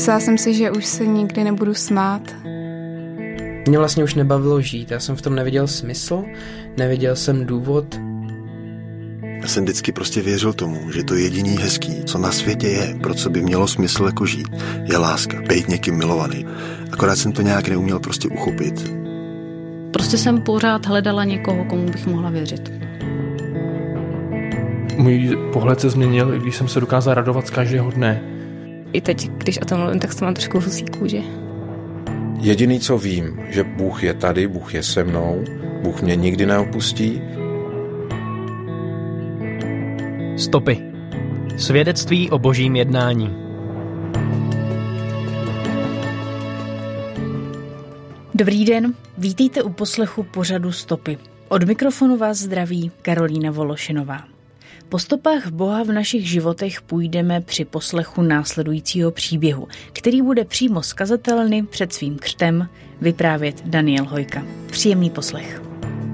Myslela jsem si, že už se nikdy nebudu smát. Mě vlastně už nebavilo žít, já jsem v tom neviděl smysl, neviděl jsem důvod. Já jsem vždycky prostě věřil tomu, že to jediný hezký, co na světě je, pro co by mělo smysl jako žít, je láska, být někým milovaný. Akorát jsem to nějak neuměl prostě uchopit. Prostě jsem pořád hledala někoho, komu bych mohla věřit. Můj pohled se změnil, když jsem se dokázal radovat z každého dne. I teď, když o tom mluvím, tak se mám trošku husí kůži. Jediný, co vím, že Bůh je tady, Bůh je se mnou, Bůh mě nikdy neopustí. Stopy. Svědectví o božím jednání. Dobrý den, vítejte u poslechu pořadu Stopy. Od mikrofonu vás zdraví Karolína Vološinová. Po stopách Boha v našich životech půjdeme při poslechu následujícího příběhu, který bude přímo z kazatelny před svým křtem vyprávět Daniel Hojka. Příjemný poslech.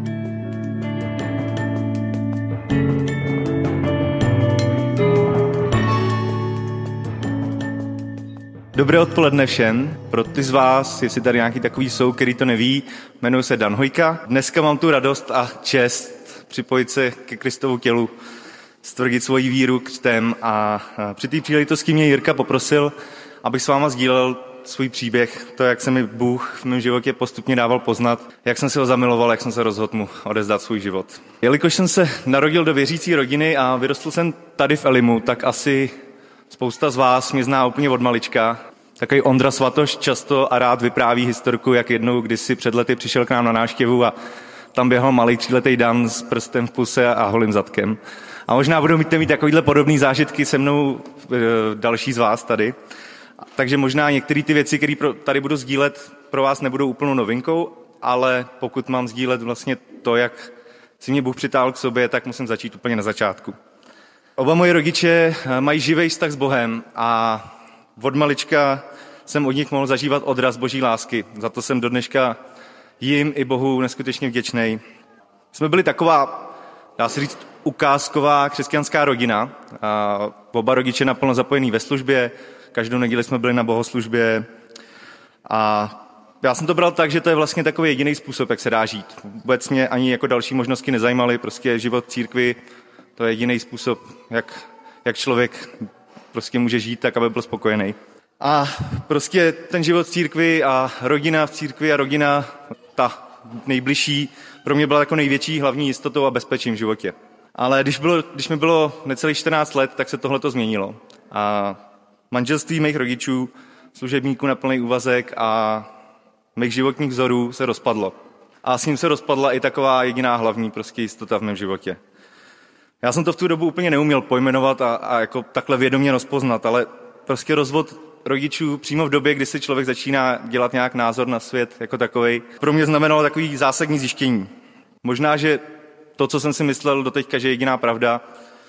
Dobré odpoledne všem. Pro ty z vás, jestli tady nějaký takový jsou, který to neví, jmenuji se Dan Hojka. Dneska mám tu radost a čest připojit se ke Kristovu tělu, stvrdit svoji víru křtem a při té příležitosti mě Jirka poprosil, abych s váma sdílel svůj příběh, to, jak se mi Bůh v mém životě postupně dával poznat, jak jsem se ho zamiloval, jak jsem se rozhodl mu odevzdat svůj život. Jelikož jsem se narodil do věřící rodiny a vyrostl jsem tady v Elimu, tak asi spousta z vás mě zná úplně od malička. Takový Ondra Svatoš často a rád vypráví historku, jak jednou kdysi před lety přišel k nám na návštěvu a tam běhal malý 3letý Dan s prstem v puse a holým zadkem. A možná budou mít takovýhle podobné zážitky se mnou další z vás tady. Takže možná některé ty věci, které tady budu sdílet, pro vás nebudou úplnou novinkou, ale pokud mám sdílet vlastně to, jak si mě Bůh přitáhl k sobě, tak musím začít úplně na začátku. Oba moji rodiče mají živý vztah s Bohem a od malička jsem od nich mohl zažívat odraz boží lásky. Za to jsem do dneška jim i Bohu neskutečně vděčnej. Jsme byli taková, dá se říct, ukázková křesťanská rodina. A oba rodiče naplno zapojení ve službě, každou neděli jsme byli na bohoslužbě a já jsem to bral tak, že to je vlastně takový jediný způsob, jak se dá žít. Vůbec mě ani jako další možnosti nezajímaly, prostě život v církvi, to je jediný způsob, jak člověk prostě může žít tak, aby byl spokojený. A prostě ten život v církvi a rodina v církvi a rodina, ta nejbližší, pro mě byla jako největší hlavní jistotou a bezpečím v životě. Ale když mi bylo necelých 14 let, tak se tohle to změnilo. A manželství mých rodičů, služebníků na plný úvazek a mých životních vzorů se rozpadlo. A s ním se rozpadla i taková jediná hlavní prostě jistota v mém životě. Já jsem to v tu dobu úplně neuměl pojmenovat a jako takhle vědomě rozpoznat, ale prostě rozvod rodičů přímo v době, kdy si člověk začíná dělat nějak názor na svět jako takovej, pro mě znamenalo takový zásadní zjištění. Možná, že to, co jsem si myslel doteďka, že je jediná pravda,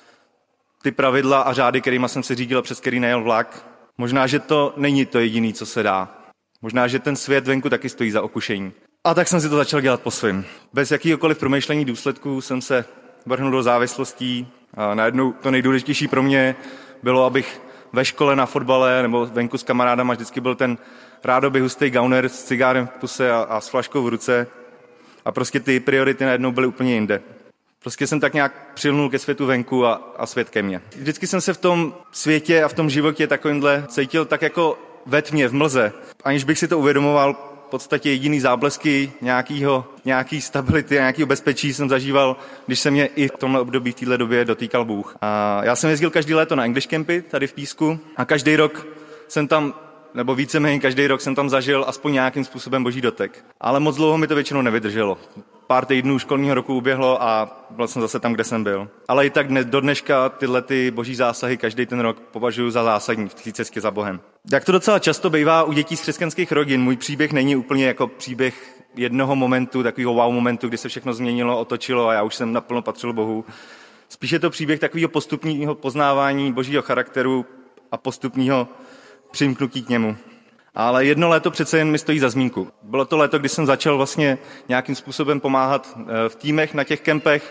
ty pravidla a řády, kterýma jsem se řídil, přes který nejel vlak, možná, že to není to jediné, co se dá. Možná, že ten svět venku taky stojí za okušení. A tak jsem si to začal dělat po svým. Bez jakýhokoliv promýšlení důsledků jsem se vrhnul do závislostí a najednou to nejdůležitější pro mě bylo, abych ve škole na fotbale nebo venku s kamarádama vždycky byl ten rádoby hustý gauner s cigárem v puse a s flaškou v ruce a prostě ty priority najednou byly úplně jinde. Prostě jsem tak nějak přilnul ke světu venku a svět ke mně. Vždycky jsem se v tom světě a v tom životě takovýmhle cítil tak jako ve tmě, v mlze, aniž bych si to uvědomoval. V podstatě jediný záblesky nějaký stability a nějakého bezpečí jsem zažíval, když se mě i v tomhle období, v této době dotýkal Bůh. A já jsem jezdil každý léto na English campy tady v Písku a každý rok jsem tam, nebo víceméně každý rok jsem tam zažil aspoň nějakým způsobem boží dotek. Ale moc dlouho mi to většinou nevydrželo. Pár týdnů školního roku uběhlo a byl jsem zase tam, kde jsem byl. Ale i tak do dneška tyhle ty boží zásahy každý ten rok považuji za zásadní v té cestě za Bohem. Jak to docela často bývá u dětí z křesťanských rodin, můj příběh není úplně jako příběh jednoho momentu, takového wow momentu, kdy se všechno změnilo, otočilo a já už jsem naplno patřil Bohu. Spíš je to příběh takového postupného poznávání božího charakteru a postupného přimknutí k němu. Ale jedno léto přece jen mi stojí za zmínku. Bylo to léto, kdy jsem začal vlastně nějakým způsobem pomáhat v týmech na těch kempech,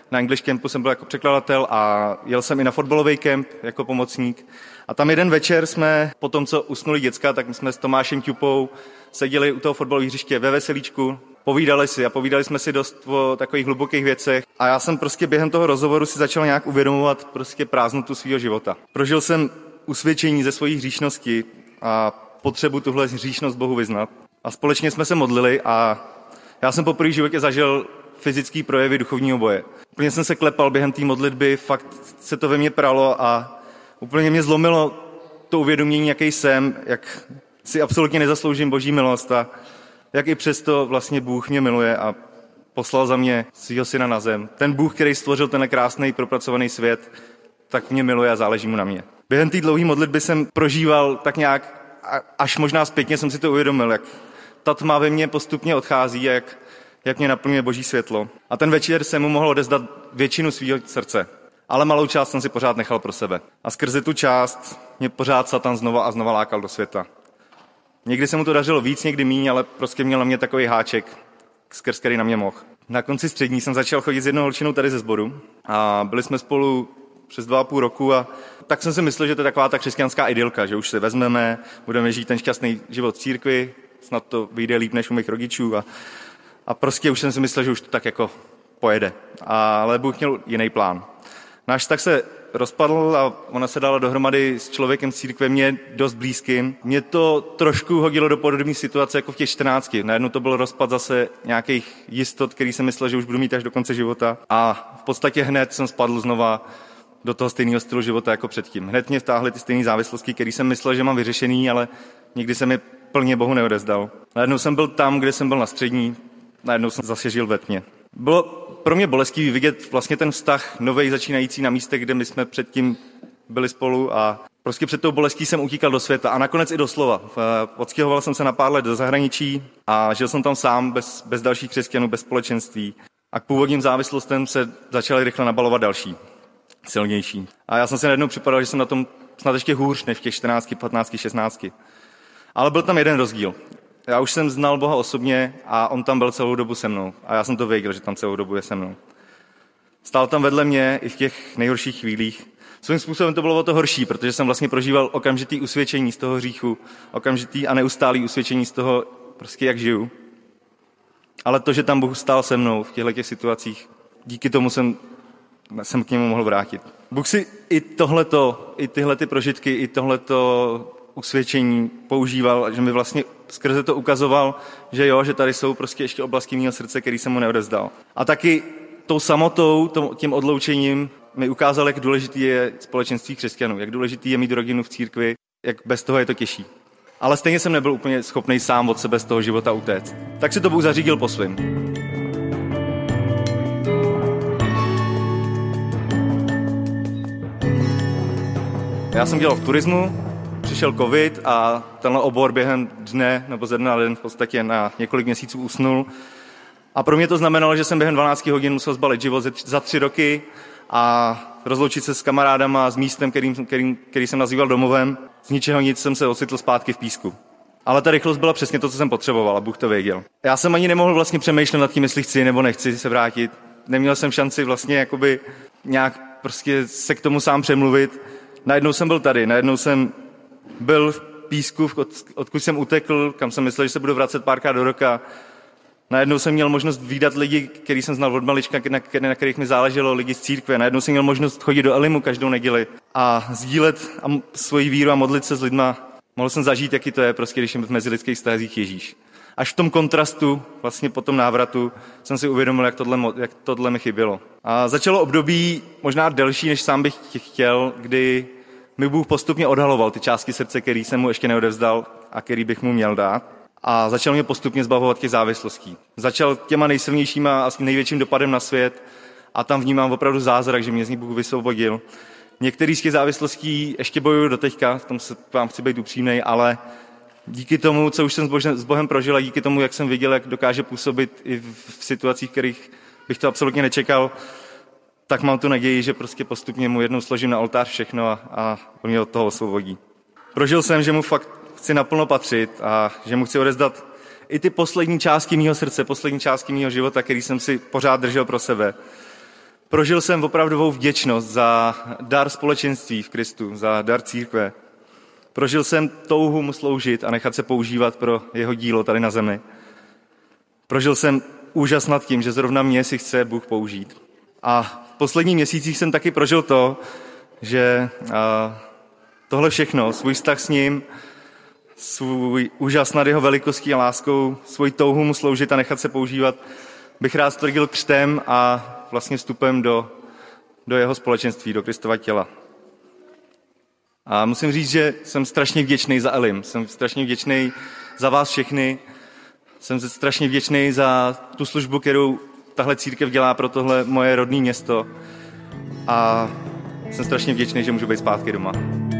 Na English Campu jsem byl jako překladatel a jel jsem i na fotbalový kemp jako pomocník. A tam jeden večer jsme, po tom, co usnuli děcka, tak jsme s Tomášem Ťupou seděli u toho fotbalového hřiště ve veselíčku, povídali jsme si dost o takových hlubokých věcech a já jsem prostě během toho rozhovoru si začal nějak uvědomovat prostě prázdnotu svého života. Prožil jsem usvědčení ze svojí hříšnosti a potřebu tuhle hříšnost Bohu vyznat. A společně jsme se modlili a já jsem poprvé v životě zažil fyzický projevy duchovního boje. Úplně jsem se klepal během té modlitby, fakt se to ve mně pralo a úplně mě zlomilo to uvědomění, jaký jsem, jak si absolutně nezasloužím Boží milost a jak i přesto vlastně Bůh mě miluje a poslal za mě svýho syna na zem. Ten Bůh, který stvořil ten krásný propracovaný svět, tak mě miluje a záleží mu na mě. Během té dlouhé modlitby jsem prožíval tak nějak, až možná zpětně jsem si to uvědomil, jak ta tma ve mně postupně odchází a jak mě naplňuje Boží světlo. A ten večer jsem mu mohl odevzdat většinu svého srdce. Ale malou část jsem si pořád nechal pro sebe. A skrze tu část mě pořád Satan znova a znova lákal do světa. Někdy se mu to dařilo víc, někdy míň, ale prostě měl na mě takový háček, skrz který na mě mohl. Na konci střední jsem začal chodit s jednou holčinou tady ze sboru a byli jsme spolu přes 2,5 roku a tak jsem si myslel, že to je taková ta křesťanská idylka, že už se vezmeme, budeme žít ten šťastný život v církvi, snad to vyjde líp než u mých rodičů a prostě už jsem si myslel, že už to tak jako pojede. Ale Bůh měl jiný plán. Náš vztah se rozpadl a ona se dala dohromady s člověkem z církve mě dost blízkým. Mě to trošku hodilo do podobné situace jako v těch 14. Najednou to byl rozpad zase nějakých jistot, který jsem myslel, že už budu mít až do konce života. A v podstatě hned jsem spadl znova do toho stejného stylu života jako předtím. Hned mě vtáhly ty stejné závislosti, které jsem myslel, že mám vyřešený, ale nikdy jsem je plně Bohu neodezdal. Najednou jsem byl tam, kde jsem byl na střední, najednou jsem zase žil ve tmě. Bylo pro mě bolestivý vidět vlastně ten vztah novej začínající na místech, kde my jsme předtím byli spolu a prostě před tou bolestí jsem utíkal do světa a nakonec i do slova. Odstěhoval jsem se na pár let do zahraničí a žil jsem tam sám, bez dalších křesťanů, bez společenství. A k původním závislostem se začaly rychle nabalovat další, silnější. A já jsem si najednou připadal, že jsem na tom snad ještě hůř než v těch 14, 15, 16. Ale byl tam jeden rozdíl. Já už jsem znal Boha osobně a on tam byl celou dobu se mnou. A já jsem to věděl, že tam celou dobu je se mnou. Stál tam vedle mě i v těch nejhorších chvílích. Svým způsobem to bylo o to horší, protože jsem vlastně prožíval okamžitý usvědčení z toho hříchu, okamžitý a neustálý usvědčení z toho, prostě jak žiju. Ale to, že tam Bůh stál se mnou v těchto situacích, díky tomu jsem k němu mohl vrátit. Bůh si i tohleto, i tyhle ty prožitky, i tohleto usvědčení používal, že mi vlastně skrze to ukazoval, že jo, že tady jsou prostě ještě oblasti mého srdce, který jsem mu neodezdal. A taky tou samotou, tím odloučením mi ukázal, jak důležitý je společenství křesťanů, jak důležitý je mít rodinu v církvi, jak bez toho je to těžší. Ale stejně jsem nebyl úplně schopný sám od sebe z toho života utéct. Tak si to Bůh zařídil po svým. Já jsem dělal v turismu, přišel covid a tenhle obor během dne nebo ze dne na den v podstatě na několik měsíců usnul. A pro mě to znamenalo, že jsem během 12 hodin musel zbalit život za 3 roky a rozloučit se s kamarádama, s místem, který jsem nazýval domovem. Z ničeho nic jsem se ocitl zpátky v písku. Ale ta rychlost byla přesně to, co jsem potřeboval a Bůh to věděl. Já jsem ani nemohl vlastně přemýšlet nad tím, jestli chci nebo nechci se vrátit. Neměl jsem šanci vlastně jakoby nějak prostě se k tomu sám přemluvit. Najednou jsem byl tady, najednou jsem byl v písku, odkud jsem utekl, kam jsem myslel, že se budu vracet párkrát do roka. Najednou jsem měl možnost vídat lidi, který jsem znal od malička, na kterých mi záleželo, lidi z církve. Najednou jsem měl možnost chodit do Elimu každou neděli a sdílet svoji víru a modlit se s lidma. Mohl jsem zažít, jaký to je, prostě, když je v mezilidských vztazích Ježíš. Až v tom kontrastu, vlastně po tom návratu, jsem si uvědomil, jak tohle mi chybělo. A začalo období možná delší, než sám bych chtěl, kdy mi Bůh postupně odhaloval ty části srdce, který jsem mu ještě neodevzdal a který bych mu měl dát. A začal mě postupně zbavovat těch závislostí. Začal těma nejsilnějšíma a největším dopadem na svět a tam vnímám opravdu zázrak, že mě z nich Bůh vysvobodil. Některý z těch závislostí ještě bojuju do teďka, v tom se vám chci být upřímnej, ale díky tomu, co už jsem s Bohem prožil a díky tomu, jak jsem viděl, jak dokáže působit i v situacích, v kterých bych to absolutně nečekal, tak mám tu naději, že prostě postupně mu jednou složím na oltář všechno a on mě od toho osvobodí. Prožil jsem, že mu fakt chci naplno patřit a že mu chci odevzdat i ty poslední části mýho srdce, poslední části mýho života, který jsem si pořád držel pro sebe. Prožil jsem opravdovou vděčnost za dar společenství v Kristu, za dar církve. Prožil jsem touhu mu sloužit a nechat se používat pro jeho dílo tady na zemi. Prožil jsem úžas nad tím, že zrovna mě si chce Bůh použít. A v posledních měsících jsem taky prožil to, že tohle všechno, svůj vztah s ním, svůj úžas nad jeho velikostí a láskou, svůj touhu mu sloužit a nechat se používat, bych rád stvrdil křtem a vlastně vstupem do jeho společenství, do Kristova těla. A musím říct, že jsem strašně vděčný za Elim, jsem strašně vděčný za vás všechny, jsem strašně vděčný za tu službu, kterou tahle církev dělá pro tohle moje rodné město a jsem strašně vděčný, že můžu být zpátky doma.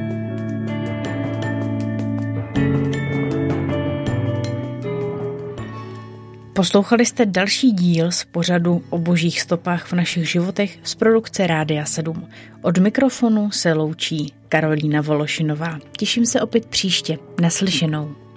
Poslouchali jste další díl z pořadu o božích stopách v našich životech z produkce Rádia 7. Od mikrofonu se loučí Karolína Vološinová. Těším se opět příště. Naslyšenou.